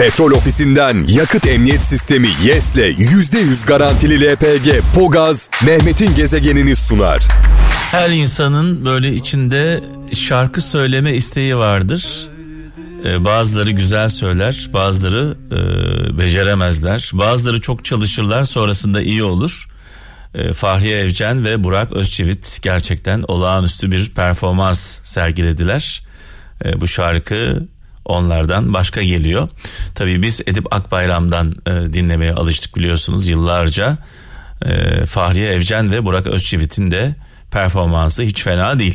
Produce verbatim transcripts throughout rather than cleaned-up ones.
Petrol Ofisi'nden yakıt emniyet sistemi YES'le yüzde yüz garantili L P G Pogaz Mehmet'in gezegenini sunar. Her insanın böyle içinde şarkı söyleme isteği vardır. Ee, bazıları güzel söyler, bazıları e, beceremezler. Bazıları çok çalışırlar, sonrasında iyi olur. Ee, Fahriye Evcen ve Burak Özçivit gerçekten olağanüstü bir performans sergilediler. Ee, bu şarkı onlardan başka geliyor. Tabii biz Edip Akbayram'dan e, dinlemeye alıştık biliyorsunuz yıllarca. E, Fahriye Evcen ve Burak Özçivit'in de performansı hiç fena değil.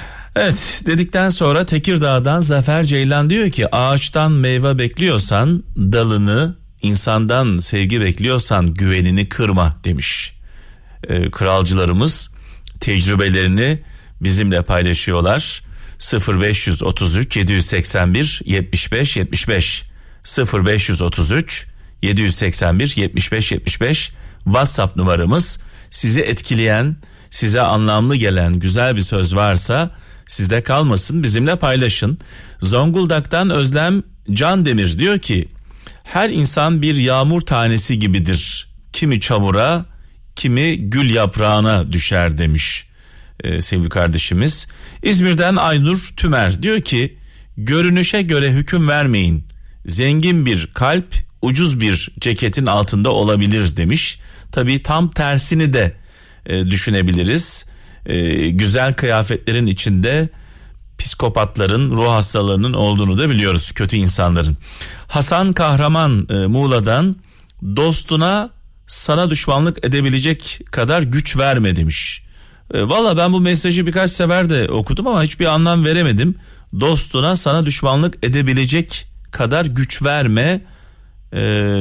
Evet, dedikten sonra Tekirdağ'dan Zafer Ceylan diyor ki ağaçtan meyve bekliyorsan dalını, insandan sevgi bekliyorsan güvenini kırma demiş. E, kralcılarımız tecrübelerini bizimle paylaşıyorlar. sıfır beş üç üç yedi seksen bir yetmiş beş yetmiş beş sıfır beş üç üç yedi seksen bir yetmiş beş yetmiş beş WhatsApp numaramız. Sizi etkileyen, size anlamlı gelen güzel bir söz varsa sizde kalmasın, bizimle paylaşın. Zonguldak'tan Özlem Candemir diyor ki her insan bir yağmur tanesi gibidir. Kimi çamura, kimi gül yaprağına düşer demiş. Ee, sevgili kardeşimiz. İzmir'den Aynur Tümer diyor ki görünüşe göre hüküm vermeyin. Zengin bir kalp ucuz bir ceketin altında olabilir demiş. Tabii tam tersini de e, düşünebiliriz. E, güzel kıyafetlerin içinde psikopatların, ruh hastalarının olduğunu da biliyoruz, kötü insanların. Hasan Kahraman e, Muğla'dan dostuna sana düşmanlık edebilecek kadar güç verme demiş. E, Valla ben bu mesajı birkaç sefer de okudum ama hiçbir anlam veremedim. Dostuna sana düşmanlık edebilecek kadar güç verme e,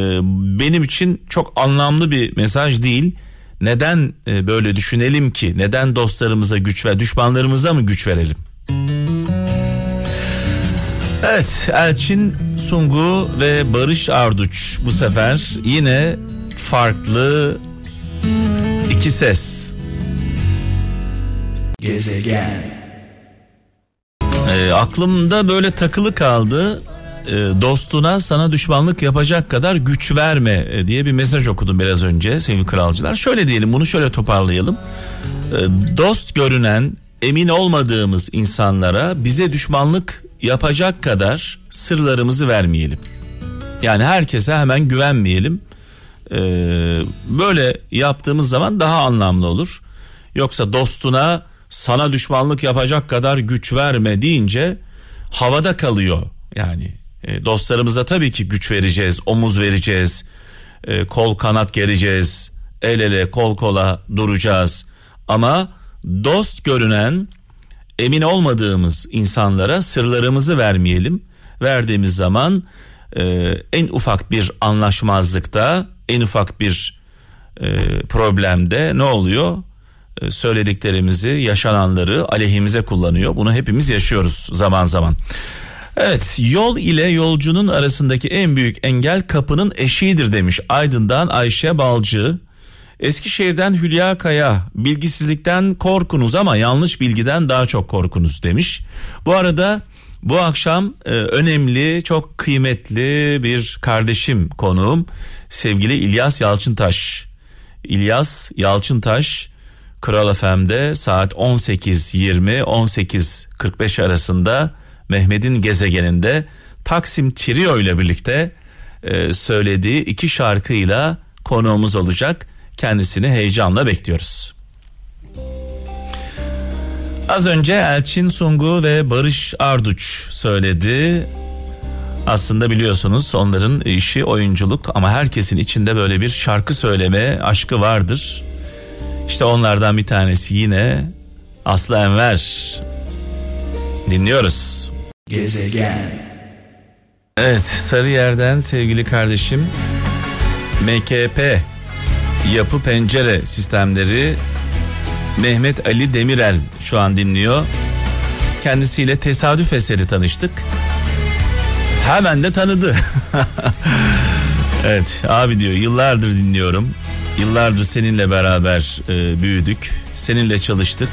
benim için çok anlamlı bir mesaj değil. Neden e, böyle düşünelim ki? Neden dostlarımıza güç ver, düşmanlarımıza mı güç verelim? Evet, Elçin Sungu ve Barış Arduç bu sefer yine farklı iki ses. Gezegen. E, aklımda böyle takılı kaldı. E, dostuna sana düşmanlık yapacak kadar güç verme e, diye bir mesaj okudum biraz önce sevgili kralcılar. Şöyle diyelim, bunu şöyle toparlayalım. E, dost görünen, emin olmadığımız insanlara bize düşmanlık yapacak kadar sırlarımızı vermeyelim. Yani herkese hemen güvenmeyelim. E, böyle yaptığımız zaman daha anlamlı olur. Yoksa dostuna sana düşmanlık yapacak kadar güç verme deyince havada kalıyor. Yani e, dostlarımıza tabii ki güç vereceğiz, omuz vereceğiz, e, kol kanat gereceğiz, el ele kol kola duracağız. Ama dost görünen, emin olmadığımız insanlara sırlarımızı vermeyelim. Verdiğimiz zaman e, en ufak bir anlaşmazlıkta, en ufak bir e, problemde ne oluyor? Söylediklerimizi, yaşananları aleyhimize kullanıyor. Bunu hepimiz yaşıyoruz zaman zaman. Evet, yol ile yolcunun arasındaki en büyük engel kapının eşiğidir demiş Aydın'dan Ayşe Balcı. Eskişehir'den Hülya Kaya, bilgisizlikten korkunuz ama yanlış bilgiden daha çok korkunuz demiş. Bu arada bu akşam e, önemli, çok kıymetli bir kardeşim konuğum sevgili İlyas Yalçıntaş. İlyas Yalçıntaş Kral F M'de saat on sekiz yirmi on sekiz kırk beş arasında Mehmet'in gezegeninde Taksim Trio ile birlikte e, söylediği iki şarkıyla konuğumuz olacak. Kendisini heyecanla bekliyoruz. Az önce Elçin Sungu ve Barış Arduç söyledi. Aslında biliyorsunuz onların işi oyunculuk ama herkesin içinde böyle bir şarkı söyleme aşkı vardır. İşte onlardan bir tanesi yine Aslı Enver. Dinliyoruz. Gezegen. Evet, Sarıyer'den sevgili kardeşim M K P Yapı Pencere Sistemleri Mehmet Ali Demirel şu an dinliyor. Kendisiyle tesadüf eseri tanıştık. Hemen de tanıdı. Evet abi diyor, yıllardır dinliyorum. Yıllardır seninle beraber e, büyüdük. Seninle çalıştık.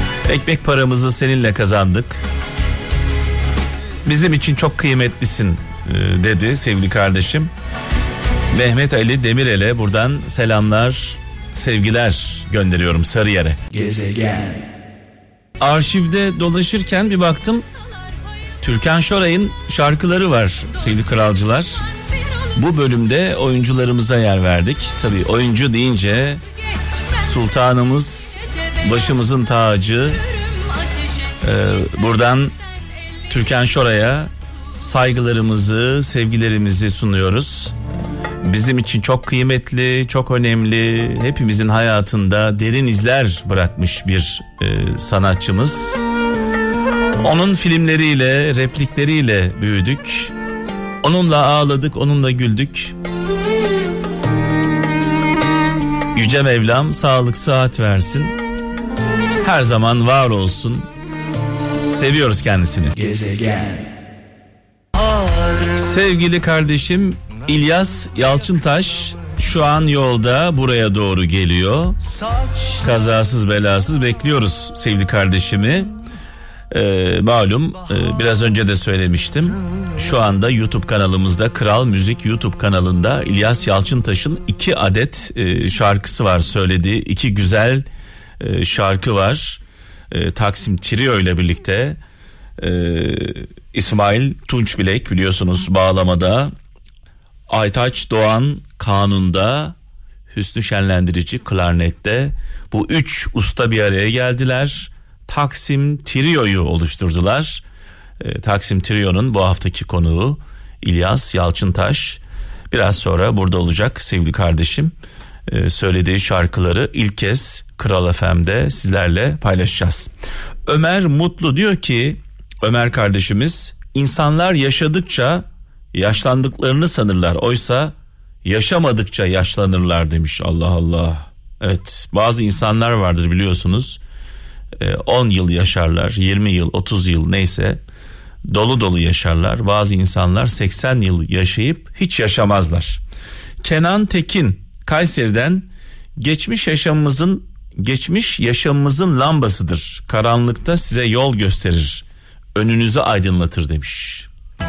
Ekmek paramızı seninle kazandık. Bizim için çok kıymetlisin e, dedi sevgili kardeşim. Mehmet Ali Demirel'e buradan selamlar, sevgiler gönderiyorum Sarıyer'e. Gezegen. Arşivde dolaşırken bir baktım, Türkan Şoray'ın şarkıları var sevgili kralcılar. Bu bölümde oyuncularımıza yer verdik. Tabii oyuncu deyince sultanımız, başımızın tacı. Ee, buradan Türkan Şoray'a saygılarımızı, sevgilerimizi sunuyoruz. Bizim için çok kıymetli, çok önemli, hepimizin hayatında derin izler bırakmış bir e, sanatçımız. Onun filmleriyle, replikleriyle büyüdük. Onunla ağladık, onunla güldük. Yüce Mevlam sağlık, sıhhat versin. Her zaman var olsun. Seviyoruz kendisini. Gezegen. Sevgili kardeşim İlyas Yalçıntaş şu an yolda buraya doğru geliyor. Kazasız belasız bekliyoruz sevgili kardeşimi. Ee, malum e, biraz önce de söylemiştim. Şu anda YouTube kanalımızda, Kral Müzik YouTube kanalında İlyas Yalçıntaş'ın iki adet e, şarkısı var, söylediği iki güzel e, şarkı var. E, Taksim Trio ile birlikte e, İsmail Tunçbilek biliyorsunuz bağlamada, Aytaç Doğan kanunda, Hüsnü Şenlendirici klarnette. Bu üç usta bir araya geldiler. Taksim Trio'yu oluşturdular. E, Taksim Trio'nun bu haftaki konuğu İlyas Yalçıntaş. Biraz sonra burada olacak sevgili kardeşim. E, söylediği şarkıları ilk kez Kral F M'de sizlerle paylaşacağız. Ömer Mutlu diyor ki, Ömer kardeşimiz, insanlar yaşadıkça yaşlandıklarını sanırlar. Oysa yaşamadıkça yaşlanırlar demiş. Allah Allah. Evet, bazı insanlar vardır biliyorsunuz. on yıl yaşarlar, yirmi yıl, otuz yıl neyse dolu dolu yaşarlar. Bazı insanlar seksen yıl yaşayıp hiç yaşamazlar. Kenan Tekin Kayseri'den, geçmiş yaşamımızın geçmiş yaşamımızın lambasıdır. Karanlıkta size yol gösterir, önünüzü aydınlatır demiş.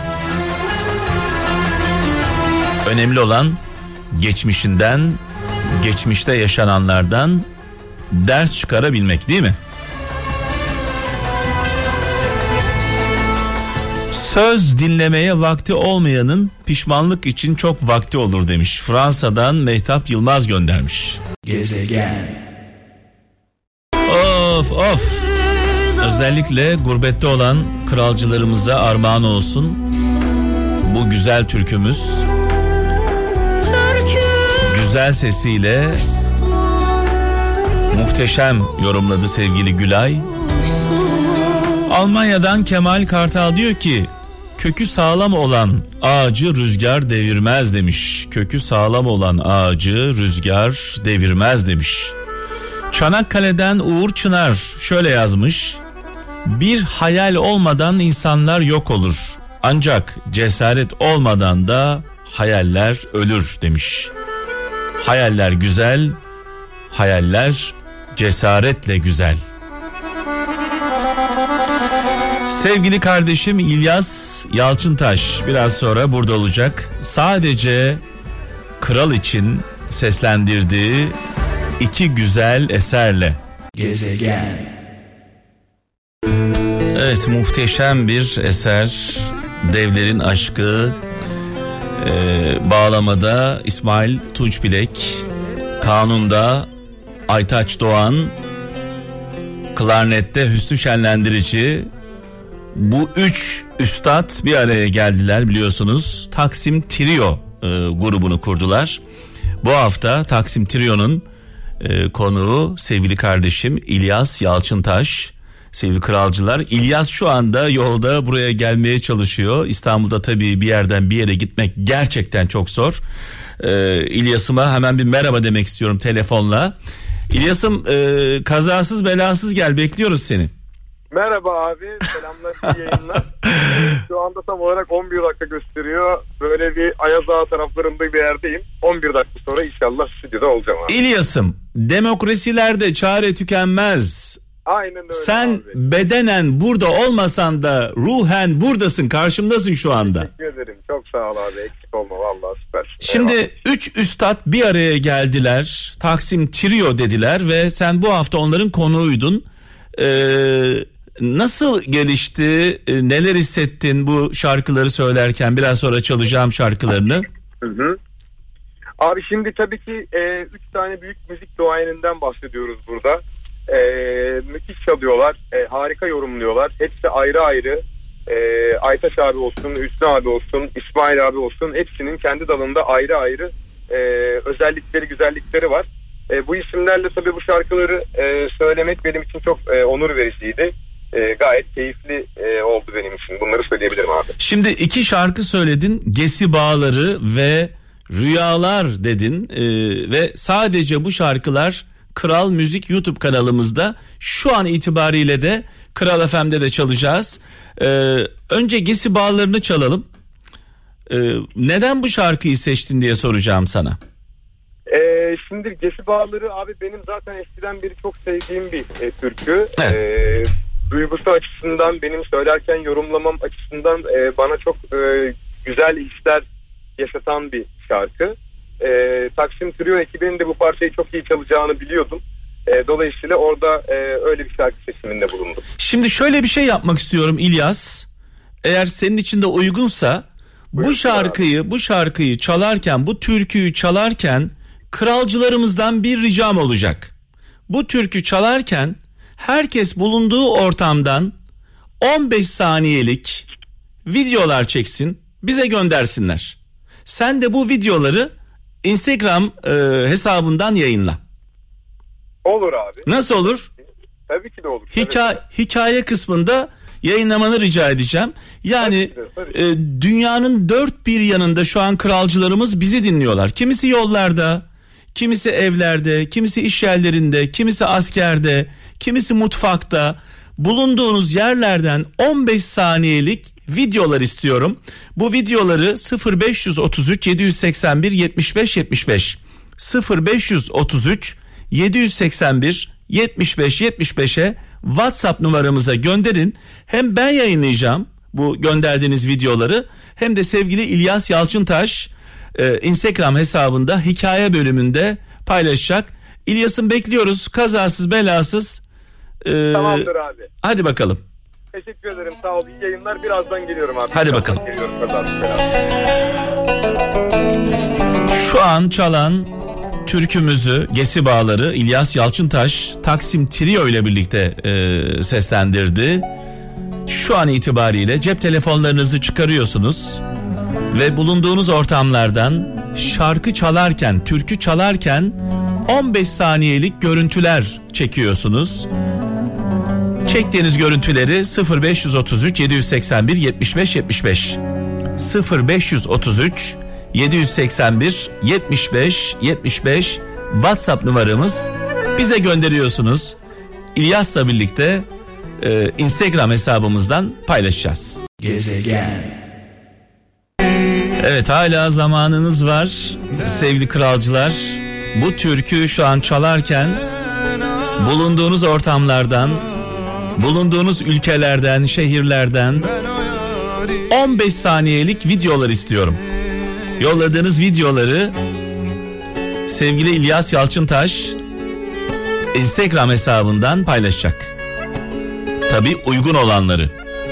Önemli olan geçmişinden, geçmişte yaşananlardan ders çıkarabilmek, değil mi? Söz dinlemeye vakti olmayanın pişmanlık için çok vakti olur demiş. Fransa'dan Mehtap Yılmaz göndermiş. Gezegen. Of of. Özellikle gurbette olan kralcılarımıza armağan olsun bu güzel türkümüz. Güzel sesiyle muhteşem yorumladı sevgili Gülay. Almanya'dan Kemal Kartal diyor ki, kökü sağlam olan ağacı rüzgar devirmez demiş. Kökü sağlam olan ağacı rüzgar devirmez demiş. Çanakkale'den Uğur Çınar şöyle yazmış. Bir hayal olmadan insanlar yok olur. Ancak cesaret olmadan da hayaller ölür demiş. Hayaller güzel, hayaller cesaretle güzel. Sevgili kardeşim İlyas Yalçıntaş biraz sonra burada olacak. Sadece kral için seslendirdiği iki güzel eserle. Gezegen. Evet, muhteşem bir eser. Devlerin Aşkı. Ee, bağlamada İsmail Tunçbilek, kanunda Aytaç Doğan, klarnette Hüsnü Şenlendirici. Bu üç üstad bir araya geldiler biliyorsunuz. Taksim Trio e, grubunu kurdular. Bu hafta Taksim Trio'nun e, konuğu sevgili kardeşim İlyas Yalçıntaş. Sevgili kralcılar, İlyas şu anda yolda buraya gelmeye çalışıyor. İstanbul'da tabii bir yerden bir yere gitmek gerçekten çok zor. Ee, İlyas'ıma hemen bir merhaba demek istiyorum telefonla. İlyas'ım, e, kazasız belasız gel, bekliyoruz seni. Merhaba abi, selamlar, iyi yayınlar. Şu anda tam olarak on bir dakika gösteriyor. Böyle bir Ayaz Ağa taraflarında bir yerdeyim. on bir dakika sonra inşallah stüdyoda olacağım abi. İlyas'ım, demokrasilerde çare tükenmez. Aynen öyle. Sen abi, bedenen burada olmasan da ruhen buradasın, karşımdasın şu anda. teşekkür ederim, çok sağ ol abi, eksik olma vallahi süper. Şimdi üç üstad bir araya geldiler. Taksim Trio dediler ve sen bu hafta onların konuğuydun. Ee, nasıl gelişti? Ee, neler hissettin bu şarkıları söylerken? Biraz sonra çalacağım şarkılarını. Hı hı. Abi şimdi tabii ki e, üç tane büyük müzik duayeninden bahsediyoruz burada. E, müthiş çalıyorlar, e, harika yorumluyorlar. Hepsi ayrı ayrı. E, Aytaç abi olsun, Hüsnü abi olsun, İsmail abi olsun, hepsinin kendi dalında ayrı ayrı e, özellikleri, güzellikleri var. E, bu isimlerle tabii bu şarkıları e, söylemek benim için çok e, onur vericiydi. E, gayet keyifli e, oldu benim için. Bunları söyleyebilirim abi. Şimdi iki şarkı söyledin. Gesi Bağları ve Rüyalar dedin. E, ve sadece bu şarkılar Kral Müzik YouTube kanalımızda. Şu an itibariyle de Kral F M'de de çalacağız. Ee, önce Gesi Bağları'nı çalalım. Ee, neden bu şarkıyı seçtin diye soracağım sana. Ee, şimdi Gesi Bağları abi benim zaten eskiden beri çok sevdiğim bir e, türkü. Evet. Ee, duygusu açısından, benim söylerken yorumlamam açısından e, bana çok e, güzel hisler yaşatan bir şarkı. E, Taksim Trio ekibinin de bu parçayı çok iyi çalacağını biliyordum. E, dolayısıyla orada e, öyle bir şarkı seçiminde bulundum. Şimdi şöyle bir şey yapmak istiyorum İlyas. Eğer senin için de uygunsa bu şarkıyı bu şarkıyı çalarken, bu türküyü çalarken kralcılarımızdan bir ricam olacak. Bu türkü çalarken herkes bulunduğu ortamdan on beş saniyelik videolar çeksin, bize göndersinler. Sen de bu videoları Instagram e, hesabından yayınla. Olur abi. Nasıl olur? Tabii ki de olur. Hikaye, hikaye kısmında yayınlamanı rica edeceğim. Yani tabii ki de, tabii ki. E, dünyanın dört bir yanında şu an kralcılarımız bizi dinliyorlar. Kimisi yollarda, kimisi evlerde, kimisi iş yerlerinde, kimisi askerde, kimisi mutfakta. Bulunduğunuz yerlerden on beş saniyelik videolar istiyorum. Bu videoları sıfır beş otuz üç yedi seksen bir yetmiş beş yetmiş beş sıfır beş otuz üç yedi seksen bir yetmiş beş yetmiş beşe WhatsApp numaramıza gönderin. Hem ben yayınlayacağım bu gönderdiğiniz videoları, hem de sevgili İlyas Yalçıntaş e, Instagram hesabında hikaye bölümünde paylaşacak. İlyas'ın bekliyoruz, kazasız belasız. E, Tamamdır abi. Hadi bakalım. Teşekkür ederim, sağ ol. İyi yayınlar. Birazdan geliyorum abi. Hadi Birazdan bakalım. Geliyorum, kazasız belasız. Şu an çalan türkümüzü Gesi Bağları İlyas Yalçıntaş Taksim Trio ile birlikte e, seslendirdi. Şu an itibariyle cep telefonlarınızı çıkarıyorsunuz ve bulunduğunuz ortamlardan şarkı çalarken, türkü çalarken on beş saniyelik görüntüler çekiyorsunuz. Çektiğiniz görüntüleri sıfır beş otuz üç yedi seksen bir yetmiş beş yetmiş beş sıfır beş otuz üç yedi seksen bir yetmiş beş yetmiş beş WhatsApp numaramız, bize gönderiyorsunuz. İlyas'la birlikte e, Instagram hesabımızdan paylaşacağız. Gezegen. Evet, hala zamanınız var sevgili kralcılar. Bu türkü şu an çalarken bulunduğunuz ortamlardan, bulunduğunuz ülkelerden, şehirlerden on beş saniyelik videolar istiyorum. Yolladığınız videoları sevgili İlyas Yalçıntaş Instagram hesabından paylaşacak. Tabii uygun olanları.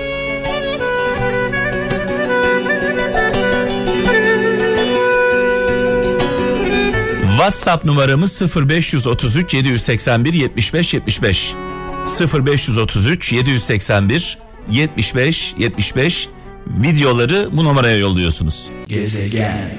WhatsApp numaramız sıfır beş otuz üç yedi seksen bir yetmiş beş yetmiş beş sıfır beş otuz üç yedi seksen bir yetmiş beş yetmiş beş. Videoları bu numaraya yolluyorsunuz. Gezegen.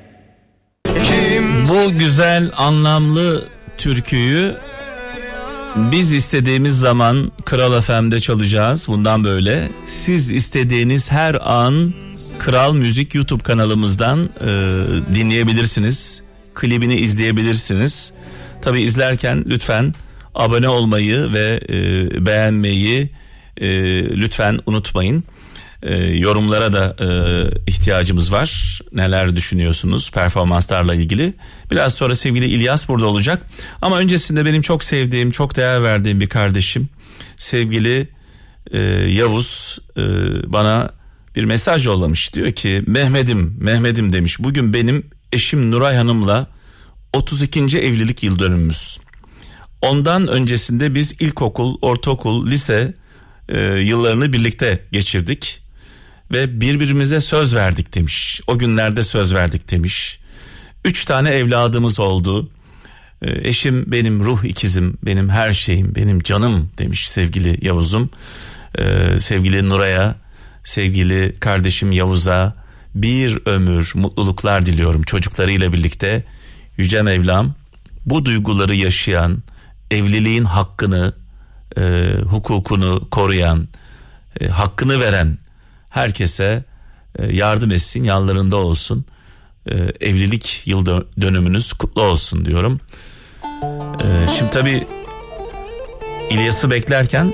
Bu güzel, anlamlı türküyü biz istediğimiz zaman Kral F M'de çalacağız. Bundan böyle siz istediğiniz her an Kral Müzik YouTube kanalımızdan e, dinleyebilirsiniz. Klibini izleyebilirsiniz. Tabii izlerken lütfen abone olmayı ve e, beğenmeyi e, lütfen unutmayın. E, yorumlara da e, ihtiyacımız var. Neler düşünüyorsunuz performanslarla ilgili? Biraz sonra sevgili İlyas burada olacak. Ama öncesinde benim çok sevdiğim, çok değer verdiğim bir kardeşim, sevgili e, Yavuz e, bana bir mesaj yollamış. Diyor ki Mehmet'im, Mehmet'im demiş. Bugün benim eşim Nuray Hanım'la otuz ikinci evlilik yıl dönümümüz. Ondan öncesinde biz ilkokul, ortaokul, lise e, yıllarını birlikte geçirdik. Ve birbirimize söz verdik demiş. O günlerde söz verdik demiş. Üç tane evladımız oldu. E, eşim benim ruh ikizim, benim her şeyim, benim canım demiş sevgili Yavuz'um. E, sevgili Nuray'a, sevgili kardeşim Yavuz'a bir ömür mutluluklar diliyorum çocuklarıyla birlikte. Yüce Mevlam bu duyguları yaşayan, evliliğin hakkını, e, hukukunu koruyan, e, hakkını veren herkese e, yardım etsin, yanlarında olsun. E, evlilik yıl dönümünüz kutlu olsun diyorum. E, şimdi tabii İlyas'ı beklerken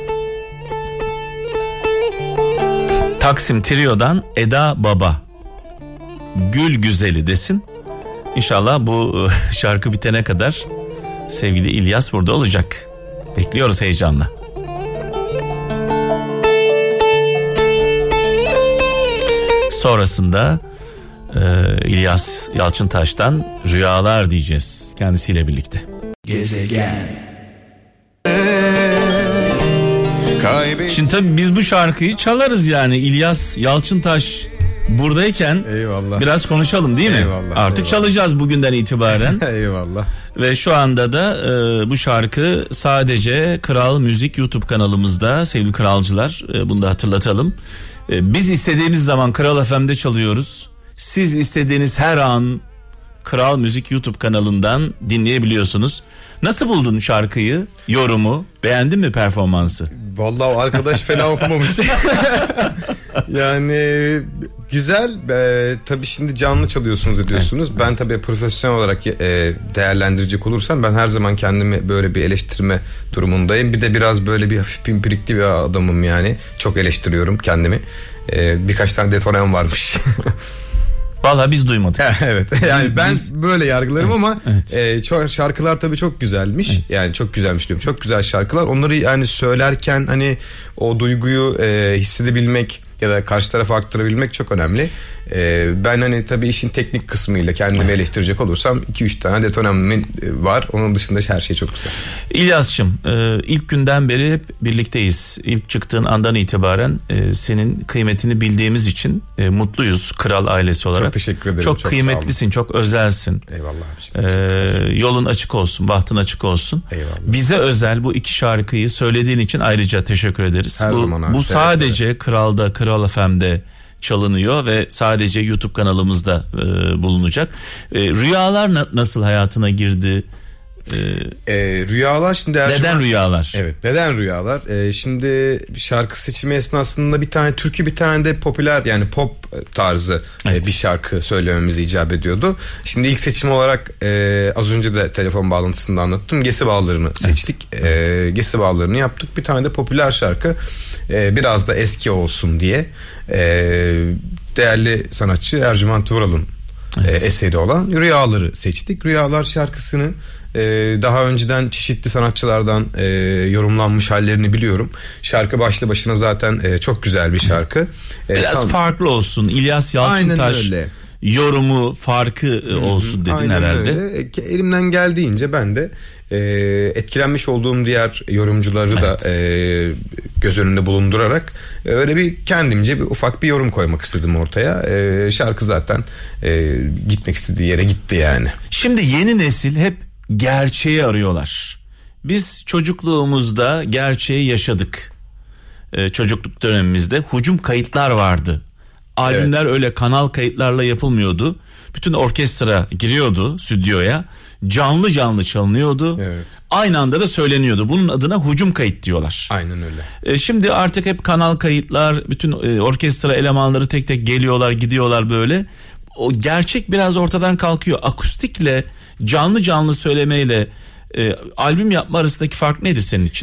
Taksim Trio'dan Eda Baba Gül Güzeli desin. İnşallah bu şarkı bitene kadar sevgili İlyas burada olacak. Bekliyoruz heyecanla. Sonrasında e, İlyas Yalçıntaş'tan Rüyalar diyeceğiz kendisiyle birlikte. Gezegen. Şimdi tabii biz bu şarkıyı çalarız yani. İlyas Yalçıntaş buradayken eyvallah. Biraz konuşalım değil mi? Eyvallah, Artık eyvallah. Çalacağız bugünden itibaren. Eyvallah. Ve şu anda da e, bu şarkı sadece Kral Müzik YouTube kanalımızda sevgili kralcılar, e, bunu da hatırlatalım. E, biz istediğimiz zaman Kral F M'de çalıyoruz. Siz istediğiniz her an Kral Müzik YouTube kanalından dinleyebiliyorsunuz. Nasıl buldun şarkıyı, yorumu? Beğendin mi performansı? Vallahi o arkadaş fena okumamış. Yani güzel. E, tabii şimdi canlı çalıyorsunuz ediyorsunuz. Evet, ben evet. tabii profesyonel olarak e, değerlendirecek olursam ben her zaman kendimi böyle bir eleştirme durumundayım. Bir de biraz böyle bir hafif pimpirikli bir adamım yani. Çok eleştiriyorum kendimi. E, birkaç tane detonem varmış. Vallahi biz duymadık. Evet. Yani ben biz, böyle yargılarım evet, ama evet. E, çok, şarkılar tabii çok güzelmiş. Evet. Yani çok güzelmiş diyorum. Çok güzel şarkılar. Onları yani söylerken hani o duyguyu e, hissedebilmek ya da karşı tarafa aktarabilmek çok önemli. Ee, ben hani tabii işin teknik kısmıyla kendimi evet. eleştirecek olursam iki üç tane detonem var. Onun dışında her şey çok güzel. İlyas'cığım e, ilk günden beri hep birlikteyiz. İlk çıktığın andan itibaren e, senin kıymetini bildiğimiz için e, mutluyuz Kral ailesi olarak. Çok teşekkür ederim. Çok, çok kıymetlisin, çok özelsin. Eyvallah. E, yolun açık olsun, bahtın açık olsun. Eyvallah. Bize özel bu iki şarkıyı söylediğin için ayrıca teşekkür ederiz. Her bu zaman abi, bu sadece evet. Kral'da, Kral F M'de çalınıyor ve sadece YouTube kanalımızda e, bulunacak. E, rüyalar na- nasıl hayatına girdi? E, e, rüyalar şimdi neden zaman... rüyalar? Evet, neden rüyalar? E, şimdi şarkı seçimi esnasında bir tane türkü, bir tane de popüler yani pop tarzı evet. e, bir şarkı söylememiz icap ediyordu. Şimdi ilk seçim olarak e, az önce de telefon bağlantısında anlattım. Gesi Bağları'nı seçtik. Evet. E, Gesi Bağları'nı yaptık. Bir tane de popüler şarkı. E, biraz da eski olsun diye. E, değerli sanatçı Ercüment Vural'ın evet. e, eseri olan Rüyaları seçtik. Rüyalar şarkısını e, daha önceden çeşitli sanatçılardan e, yorumlanmış hallerini biliyorum. Şarkı başlı başına zaten e, çok güzel bir şarkı. E, Biraz tam... farklı olsun. İlyas Yalçıntaş yorumu farkı Hı-hı. olsun dedin Aynen herhalde. Öyle. Elimden geldiğince ben de e, etkilenmiş olduğum diğer yorumcuları evet. da e, göz önünde bulundurarak e, öyle bir kendimce bir ufak bir yorum koymak istedim ortaya. E, şarkı zaten e, gitmek istediği yere gitti yani. Şimdi yeni nesil hep gerçeği arıyorlar. Biz çocukluğumuzda gerçeği yaşadık. E, çocukluk dönemimizde hücum kayıtlar vardı. Albümler evet. öyle kanal kayıtlarla yapılmıyordu. Bütün orkestra giriyordu stüdyoya. Canlı canlı çalınıyordu. Evet. Aynı anda da söyleniyordu. Bunun adına hücum kayıt diyorlar. Aynen öyle. E, şimdi artık hep kanal kayıtlar, bütün e, orkestra elemanları tek tek geliyorlar, gidiyorlar böyle. O gerçek biraz ortadan kalkıyor. Akustikle, canlı canlı söylemeyle e, albüm yapma arasındaki fark nedir senin için?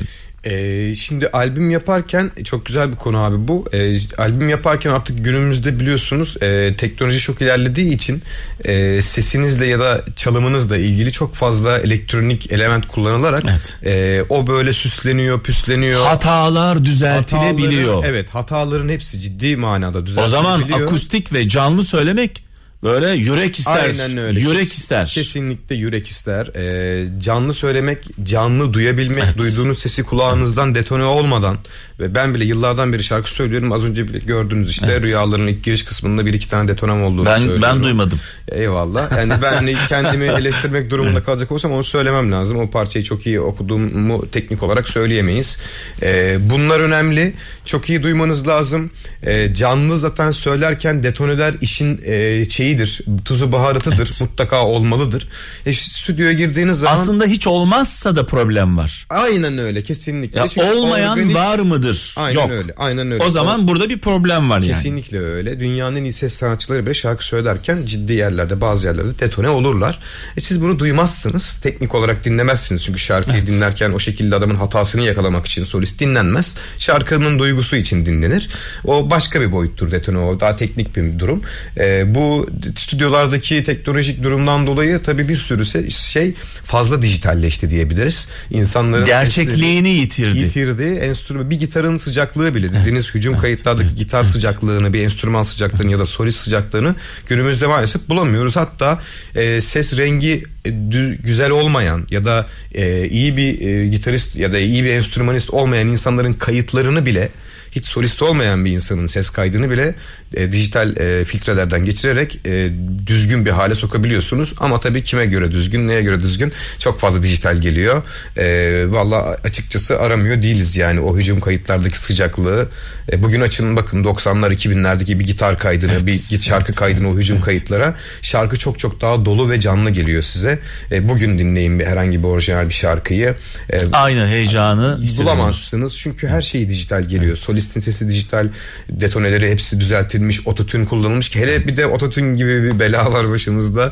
Ee, şimdi albüm yaparken çok güzel bir konu abi bu. Ee, albüm yaparken artık günümüzde biliyorsunuz e, teknoloji çok ilerlediği için e, sesinizle ya da çalımınızla ilgili çok fazla elektronik element kullanılarak evet. e, o böyle süsleniyor, püsleniyor. Hatalar düzeltilebiliyor. Hataları, evet, hataların hepsi ciddi manada düzeltilebiliyor. O zaman akustik ve canlı söylemek böyle yürek ister. Aynen öyle. Yürek ister. Kesinlikle yürek ister. Ee, canlı söylemek, canlı duyabilmek, evet. duyduğunuz sesi kulağınızdan evet. detone olmadan ve ben bile yıllardan beri şarkı söylüyorum. Az önce bile gördüğünüz işte evet. rüyaların ilk giriş kısmında bir iki tane detonem olduğunu ben, söylüyorum. Ben duymadım. Eyvallah. Yani ben kendimi eleştirmek durumunda kalacak olsam onu söylemem lazım. O parçayı çok iyi okuduğumu teknik olarak söyleyemeyiz. Ee, bunlar önemli. Çok iyi duymanız lazım. Ee, canlı zaten söylerken detoneler işin e, şeyi tuzu baharatıdır. Evet. Mutlaka olmalıdır. E, stüdyoya girdiğiniz zaman aslında hiç olmazsa da problem var. Aynen öyle, kesinlikle. Ya olmayan organik... var mıdır? Aynen Yok. öyle. Aynen öyle. O zaman o... burada bir problem var yani. Kesinlikle öyle. Dünyanın en iyi ses sanatçıları bile şarkı söylerken ciddi yerlerde, bazı yerlerde detone olurlar. E siz bunu duymazsınız. Teknik olarak dinlemezsiniz. Çünkü şarkıyı evet. dinlerken o şekilde adamın hatasını yakalamak için solist dinlenmez. Şarkının duygusu için dinlenir. O başka bir boyuttur detone. O daha teknik bir durum. E, bu stüdyolardaki teknolojik durumdan dolayı tabii bir sürü şey fazla dijitalleşti diyebiliriz. İnsanların gerçekliğini yitirdi. Yitirdi. Enstrüman, bir gitarın sıcaklığı bile dediğiniz evet, hücum evet, kayıtlardaki evet, gitar evet. sıcaklığını, bir enstrüman sıcaklığını evet. ya da solist sıcaklığını günümüzde maalesef bulamıyoruz. Hatta e, ses rengi e, dü, güzel olmayan ya da e, iyi bir e, gitarist ya da iyi bir enstrümanist olmayan insanların kayıtlarını bile, hiç solist olmayan bir insanın ses kaydını bile e, dijital e, filtrelerden geçirerek e, düzgün bir hale sokabiliyorsunuz. Ama tabii kime göre düzgün, neye göre düzgün, çok fazla dijital geliyor. E, Valla açıkçası aramıyor değiliz yani o hücum kayıtlardaki sıcaklığı. E, bugün açın bakın doksanlar iki binlerdeki bir gitar kaydını, evet, bir şarkı evet, kaydını evet, o hücum evet. kayıtlara. Şarkı çok çok daha dolu ve canlı geliyor size. E, bugün dinleyin bir herhangi bir orijinal bir şarkıyı. E, Aynı heyecanı bulamazsınız. Çünkü her şey dijital geliyor. Evet. Solistin sesi dijital, detoneleri hepsi düzeltilmiş, ototune kullanılmış ki hele bir de ototune gibi bir bela var başımızda.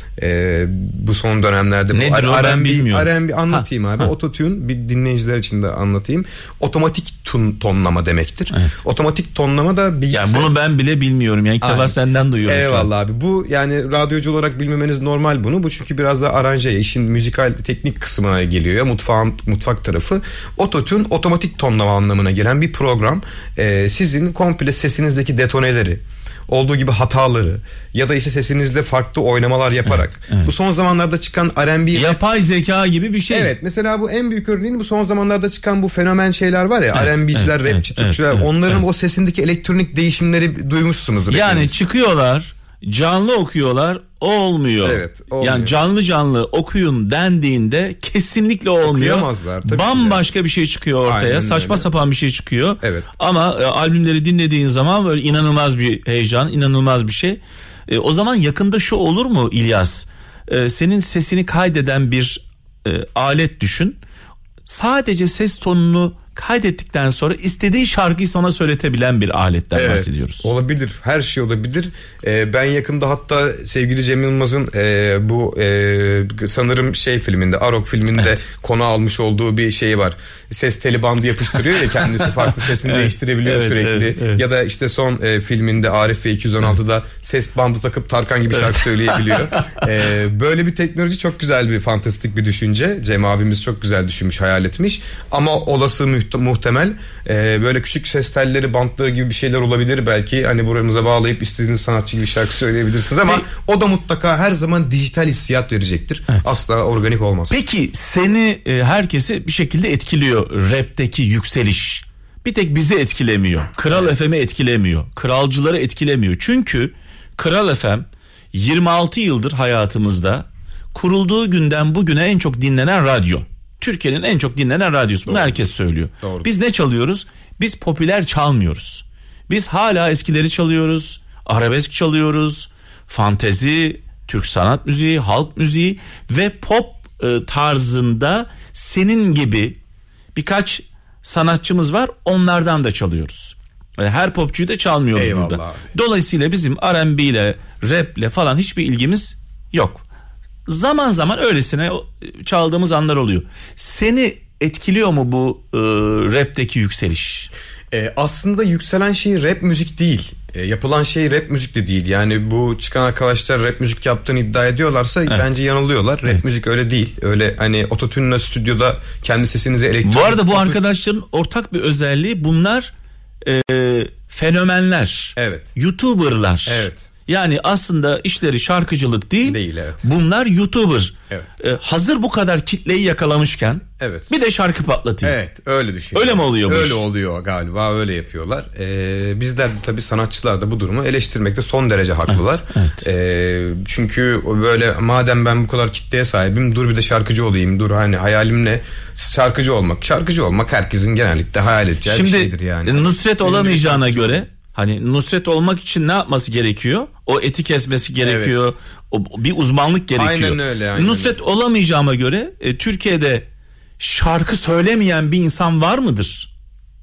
Ee, bu son dönemlerde nedir o, ben bilmiyorum. R and B anlatayım ha, abi. Ha. Ototune bir dinleyiciler için de anlatayım. Otomatik tun, tonlama demektir. Evet. Otomatik tonlama da bilgisayar. Yani bunu ben bile bilmiyorum. Yani ilk defa senden duyuyorum. Eyvallah abi. Bu yani radyocu olarak bilmemeniz normal bunu. Bu çünkü biraz da aranjeye, işin müzikal teknik kısmına geliyor ya, mutfağın mutfak tarafı. Ototune otomatik tonlama anlamına gelen bir program. Ee, sizin komple sesinizdeki detoneleri, olduğu gibi hataları ya da işte sesinizde farklı oynamalar yaparak. Evet, evet. Bu son zamanlarda çıkan R and B, yapay zeka gibi bir şey. Evet, mesela bu en büyük örneğin bu son zamanlarda çıkan bu fenomen şeyler var ya, evet, R and B'ciler, evet, rapçi, evet, Türkçüler, evet, onların evet. o sesindeki elektronik değişimleri duymuşsunuzdur. Yani hepiniz. Çıkıyorlar, canlı okuyorlar, olmuyor. Evet, olmuyor. Yani canlı canlı okuyun dendiğinde kesinlikle olmuyor. Bambaşka bir şey çıkıyor ortaya. Aynen Saçma öyle. sapan bir şey çıkıyor. Evet. Ama e, albümleri dinlediğin zaman böyle inanılmaz bir heyecan, inanılmaz bir şey. E, o zaman yakında şu olur mu İlyas? E, senin sesini kaydeden bir e, alet düşün. Sadece ses tonunu kaydettikten sonra istediği şarkıyı sana söyletebilen bir aletten evet, bahsediyoruz. Olabilir. Her şey olabilir. Ee, ben yakında hatta sevgili Cem Yılmaz'ın e, bu e, sanırım şey filminde, Arok filminde evet. konu almış olduğu bir şey var. Ses teli bandı yapıştırıyor ya kendisi, farklı sesini evet, değiştirebiliyor evet, sürekli. Evet, evet. Ya da işte son e, filminde Arif ve iki yüz on altıda ses bandı takıp Tarkan gibi şarkı söyleyebiliyor. e, böyle bir teknoloji çok güzel, bir fantastik bir düşünce. Cem abimiz çok güzel düşünmüş, hayal etmiş. Ama olası muhtemel e, böyle küçük ses telleri, bantları gibi bir şeyler olabilir belki. Hani buramıza bağlayıp istediğiniz sanatçı gibi şarkı söyleyebilirsiniz ama Peki, o da mutlaka her zaman dijital hissiyat verecektir. Evet. Asla organik olmaz. Peki seni e, herkesi bir şekilde etkiliyor rapteki yükseliş. Bir tek bizi etkilemiyor. Kral evet. F M'i etkilemiyor. Kralcıları etkilemiyor. Çünkü Kral F M yirmi altı yıldır hayatımızda, kurulduğu günden bugüne en çok dinlenen radyo. Türkiye'nin en çok dinlenen radyosu. Bunu Doğru. herkes söylüyor. Doğru. Biz ne çalıyoruz? Biz popüler çalmıyoruz. Biz hala eskileri çalıyoruz. Arabesk çalıyoruz. Fantezi, Türk sanat müziği, halk müziği ve pop e, tarzında senin gibi birkaç sanatçımız var. Onlardan da çalıyoruz. Her popçuyu da çalmıyoruz Eyvallah burada. Abi. Dolayısıyla bizim R and B ile, rap ile falan hiçbir ilgimiz yok. Zaman zaman öylesine çaldığımız anlar oluyor. Seni etkiliyor mu bu e, rapteki yükseliş? E, aslında yükselen şey rap müzik değil. E, yapılan şey rap müzik de değil. Yani bu çıkan arkadaşlar rap müzik yaptığını iddia ediyorlarsa evet. bence yanılıyorlar. Rap evet. müzik öyle değil. Öyle hani ototünle stüdyoda kendi sesinizi elektronik... Bu arada bu otot... arkadaşların ortak bir özelliği, bunlar e, fenomenler. Evet. YouTuber'lar. Evet. Yani aslında işleri şarkıcılık değil. Değil evet. Bunlar YouTuber. Evet. Ee, hazır bu kadar kitleyi yakalamışken evet. bir de şarkı patlatayım. Evet, öyle düşünüyorum. Öyle mi oluyor bu Öyle iş? oluyor galiba, öyle yapıyorlar. Ee, bizler de tabii sanatçılar da bu durumu eleştirmekte son derece haklılar. Evet, evet. Ee, çünkü böyle madem ben bu kadar kitleye sahibim, dur bir de şarkıcı olayım. Dur hani hayalim ne? Şarkıcı olmak. Şarkıcı olmak herkesin genellikle hayal edeceği Şimdi, bir şeydir yani. Şimdi Nusret olamayacağına göre, hani Nusret olmak için ne yapması gerekiyor? O eti kesmesi gerekiyor. Evet. O, bir uzmanlık gerekiyor. Aynen öyle. Aynen Nusret öyle. olamayacağıma göre e, Türkiye'de şarkı söylemeyen bir insan var mıdır?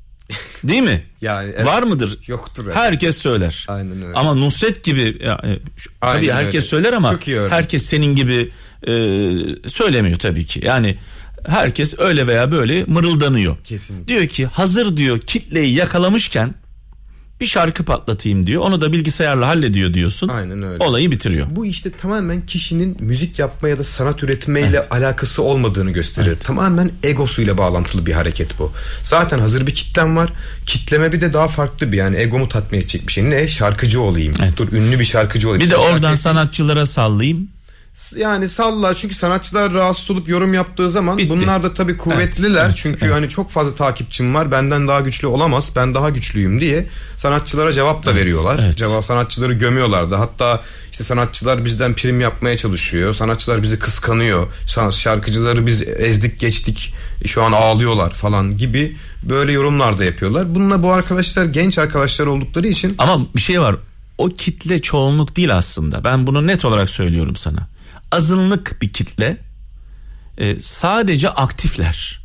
Değil mi? Yani evet, var mıdır? Yoktur. Evet. Herkes söyler. Aynen öyle. Ama Nusret gibi yani, Aynen tabii herkes öyle. söyler ama herkes senin gibi e, söylemiyor tabii ki. Yani herkes öyle veya böyle mırıldanıyor. Kesinlikle. Diyor ki hazır diyor kitleyi yakalamışken bir şarkı patlatayım diyor. Onu da bilgisayarla hallediyor diyorsun. Aynen öyle. Olayı bitiriyor. Bu işte tamamen kişinin müzik yapma ya da sanat üretmeyle evet. alakası olmadığını gösterir. Evet. Tamamen egosuyla bağlantılı bir hareket bu. Zaten hazır bir kitlem var. Kitleme bir de daha farklı bir, yani egomu tatmin edecek bir şey. Ne? Şarkıcı olayım. Evet. Dur ünlü bir şarkıcı olayım. Bir de oradan şarkı... sanatçılara sallayayım. Yani salla, çünkü sanatçılar rahatsız olup yorum yaptığı zaman bitti. Bunlar da tabii kuvvetliler. Evet, çünkü evet. hani çok fazla takipçim var, benden daha güçlü olamaz, ben daha güçlüyüm diye sanatçılara cevap da evet, veriyorlar. Evet. Cevap sanatçıları gömüyorlar da. Hatta işte sanatçılar bizden prim yapmaya çalışıyor. Sanatçılar bizi kıskanıyor. Şarkıcıları biz ezdik geçtik, şu an ağlıyorlar falan gibi böyle yorumlar da yapıyorlar. Bununla bu arkadaşlar genç arkadaşlar oldukları için. Ama bir şey var. O kitle çoğunluk değil aslında. Ben bunu net olarak söylüyorum sana. Azınlık bir kitle, e, sadece aktifler.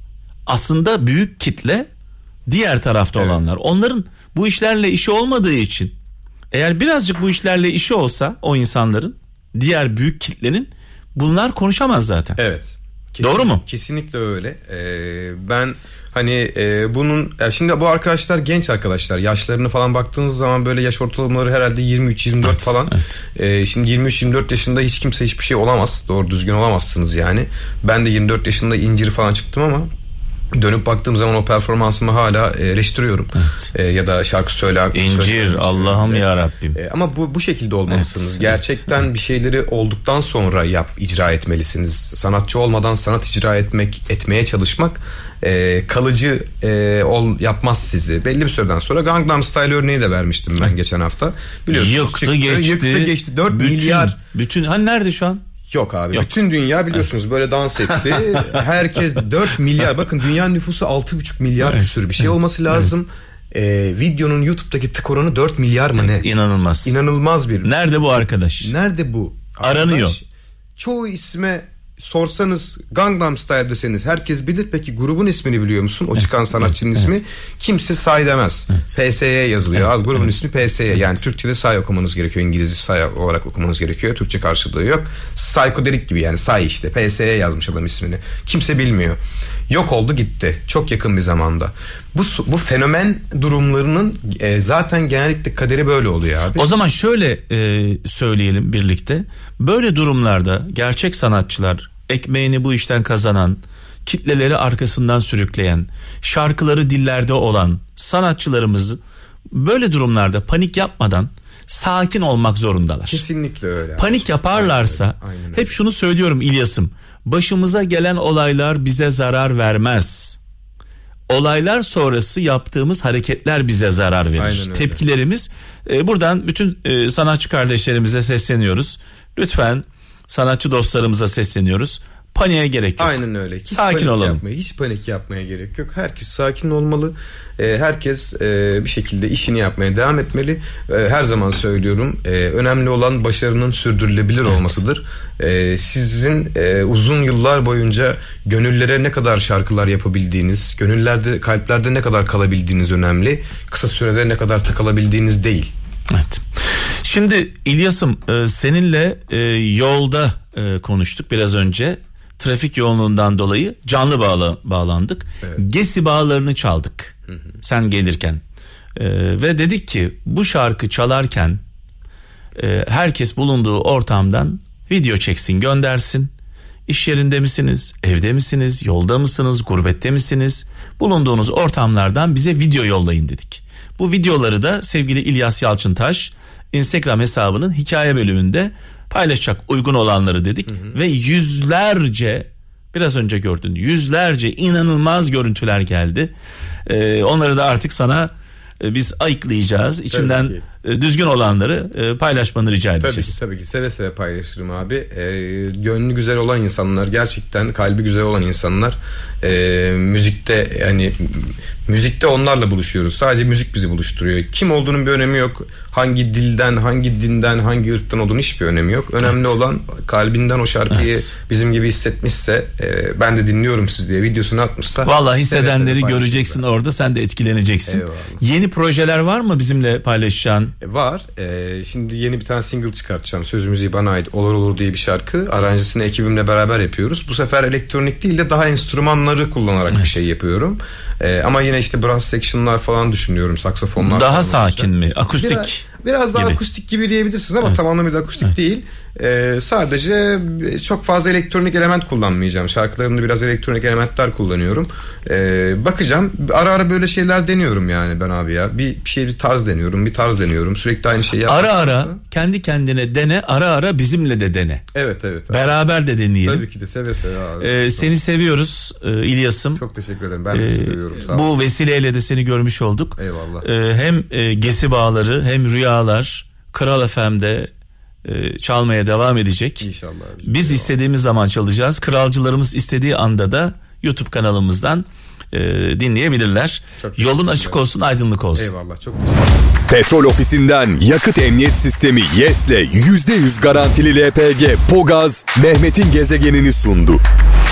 Aslında büyük kitle diğer tarafta evet. olanlar. Onların bu işlerle işi olmadığı için, eğer birazcık bu işlerle işi olsa o insanların, diğer büyük kitlenin, bunlar konuşamaz zaten. Evet. Kesin, doğru mu? Kesinlikle öyle. Ee, ben hani e, bunun yani şimdi bu arkadaşlar genç arkadaşlar, yaşlarını falan baktığınız zaman böyle yaş ortalamaları herhalde yirmi üç yirmi dört evet, falan. Evet. Ee, şimdi yirmi üç yirmi dört yaşında hiç kimse hiçbir şey olamaz. Doğru düzgün olamazsınız yani. Ben de yirmi dört yaşında inciri falan çıktım ama dönüp baktığım zaman o performansımı hala eleştiriyorum. Evet. E, ya da şarkı söyler. İncir Allah'ım ya Rabbim. E, ama bu bu şekilde olmalısınız. Evet, Gerçekten evet. bir şeyleri olduktan sonra yap icra etmelisiniz. Sanatçı olmadan sanat icra etmek, etmeye çalışmak e, kalıcı e, ol yapmaz sizi. Belli bir süreden sonra Gangnam Style örneği de vermiştim ben evet. geçen hafta. Biliyorsunuz. Yıktı çıktı, geçti. Yıktı geçti. dört bütün, milyar. Bütün hani nerede şu an? Yok abi. Yok. Bütün dünya biliyorsunuz evet. böyle dans etti. Herkes dört milyar. Bakın dünya nüfusu altı buçuk milyar evet. küsür bir şey evet. olması lazım. Evet. Ee, videonun YouTube'daki tık oranı dört milyar mı evet. ne? İnanılmaz. İnanılmaz bir. Nerede bu arkadaş? Nerede bu? Aranıyor. Arkadaş, çoğu isme sorsanız Gangnam Style deseniz herkes bilir. Peki grubun ismini biliyor musun? O çıkan sanatçının evet. ismi. Evet. Kimse say demez. Evet. P S Y yazılıyor. Evet. Az grubun evet. ismi P S Y. Yani evet. Türkçe'de say okumanız gerekiyor. İngilizce say olarak okumanız gerekiyor. Türkçe karşılığı yok. Psychedelic gibi yani say işte. P S Y yazmış adam ismini. Kimse bilmiyor. Yok oldu gitti. Çok yakın bir zamanda. Bu bu fenomen durumlarının e, zaten genellikle kaderi böyle oluyor abi. O zaman şöyle e, söyleyelim birlikte. Böyle durumlarda gerçek sanatçılar, ekmeğini bu işten kazanan, kitleleri arkasından sürükleyen, şarkıları dillerde olan sanatçılarımız böyle durumlarda panik yapmadan sakin olmak zorundalar. Kesinlikle öyle. Panik yaparlarsa, aynen öyle, aynen hep şunu söylüyorum İlyas'ım, başımıza gelen olaylar bize zarar vermez. Olaylar sonrası yaptığımız hareketler bize zarar verir. Tepkilerimiz, e, buradan bütün e, sanatçı kardeşlerimize sesleniyoruz. Lütfen sanatçı dostlarımıza sesleniyoruz. Paniğe gerek yok. Aynen öyle. Hiç sakin olalım. Yapmaya, hiç panik yapmaya gerek yok. Herkes sakin olmalı. Ee, herkes e, bir şekilde işini yapmaya devam etmeli. Ee, her zaman söylüyorum. E, önemli olan başarının sürdürülebilir evet. olmasıdır. E, sizin e, uzun yıllar boyunca gönüllere ne kadar şarkılar yapabildiğiniz, gönüllerde, kalplerde ne kadar kalabildiğiniz önemli. Kısa sürede ne kadar takılabildiğiniz değil. Evet. Şimdi İlyas'ım, e, seninle e, yolda e, konuştuk biraz önce. trafik yoğunluğundan dolayı canlı bağla, bağlandık. Evet. Gesi bağlarını çaldık. Hı hı. Sen gelirken. Ee, ve dedik ki bu şarkı çalarken e, herkes bulunduğu ortamdan video çeksin, göndersin. İş yerinde misiniz, evde misiniz, yolda mısınız, gurbette misiniz? Bulunduğunuz ortamlardan bize video yollayın dedik. Bu videoları da sevgili İlyas Yalçıntaş Instagram hesabının hikaye bölümünde paylaşacak, uygun olanları dedik. Hı hı. Ve yüzlerce, biraz önce gördün, yüzlerce inanılmaz görüntüler geldi. Ee, onları da artık sana e, biz ayıklayacağız. İçinden e, düzgün olanları e, paylaşmanı rica edeceğiz. Tabii ki, tabii ki seve seve paylaşırım abi. E, gönlü güzel olan insanlar, gerçekten kalbi güzel olan insanlar, e, müzikte yani müzikte onlarla buluşuyoruz. Sadece müzik bizi buluşturuyor. Kim olduğunun bir önemi yok. Hangi dilden, hangi dinden, hangi ırktan olduğunun hiçbir önemi yok. Önemli evet. olan kalbinden o şarkıyı evet. bizim gibi hissetmişse, e, ben de dinliyorum siz diye videosunu atmışsa. Vallahi hissedenleri göreceksin orada, sen de etkileneceksin. Eyvallah. Yeni projeler var mı bizimle paylaşacağın? E, var. E, şimdi yeni bir tane single çıkartacağım. Söz müziği bana ait, Olur Olur diye bir şarkı. Aranjesini ekibimle beraber yapıyoruz. Bu sefer elektronik değil de daha enstrümanları kullanarak evet. bir şey yapıyorum. E, ama yine işte brass section'lar falan düşünüyorum. Saksafonlar. Daha sakin mi? Akustik. Biraz, biraz daha gibi. Akustik gibi diyebilirsiniz ama evet. tam anlamıyla akustik evet. değil. Ee, sadece çok fazla elektronik element kullanmayacağım. Şarkılarımda biraz elektronik elementler kullanıyorum. Ee, bakacağım. Ara ara böyle şeyler deniyorum yani ben abi ya. Bir, bir şey bir tarz deniyorum, bir tarz deniyorum. Sürekli aynı şeyi yapıyorum. Ara ara kendi kendine dene, ara ara bizimle de dene. Evet evet. Abi. Beraber de deneyelim. Tabii ki de seve seve abi. Ee, seni seviyoruz e, İlyas'ım. Çok teşekkür ederim. Ben de ee, seviyorum. Sağ bu vesileyle de seni görmüş olduk. Eyvallah. Ee, hem e, Gesi Bağları hem Rüyalar Kral F M'de e, çalmaya devam edecek. İnşallah. Biz eyvallah. istediğimiz zaman çalacağız. Kralcılarımız istediği anda da YouTube kanalımızdan e, dinleyebilirler. Yolun açık olsun, aydınlık olsun. Eyvallah. Çok teşekkür ederim. Petrol Ofisi'nden yakıt emniyet sistemi Yes'le yüzde yüz garantili L P G Pogaz Mehmet'in gezegenini sundu.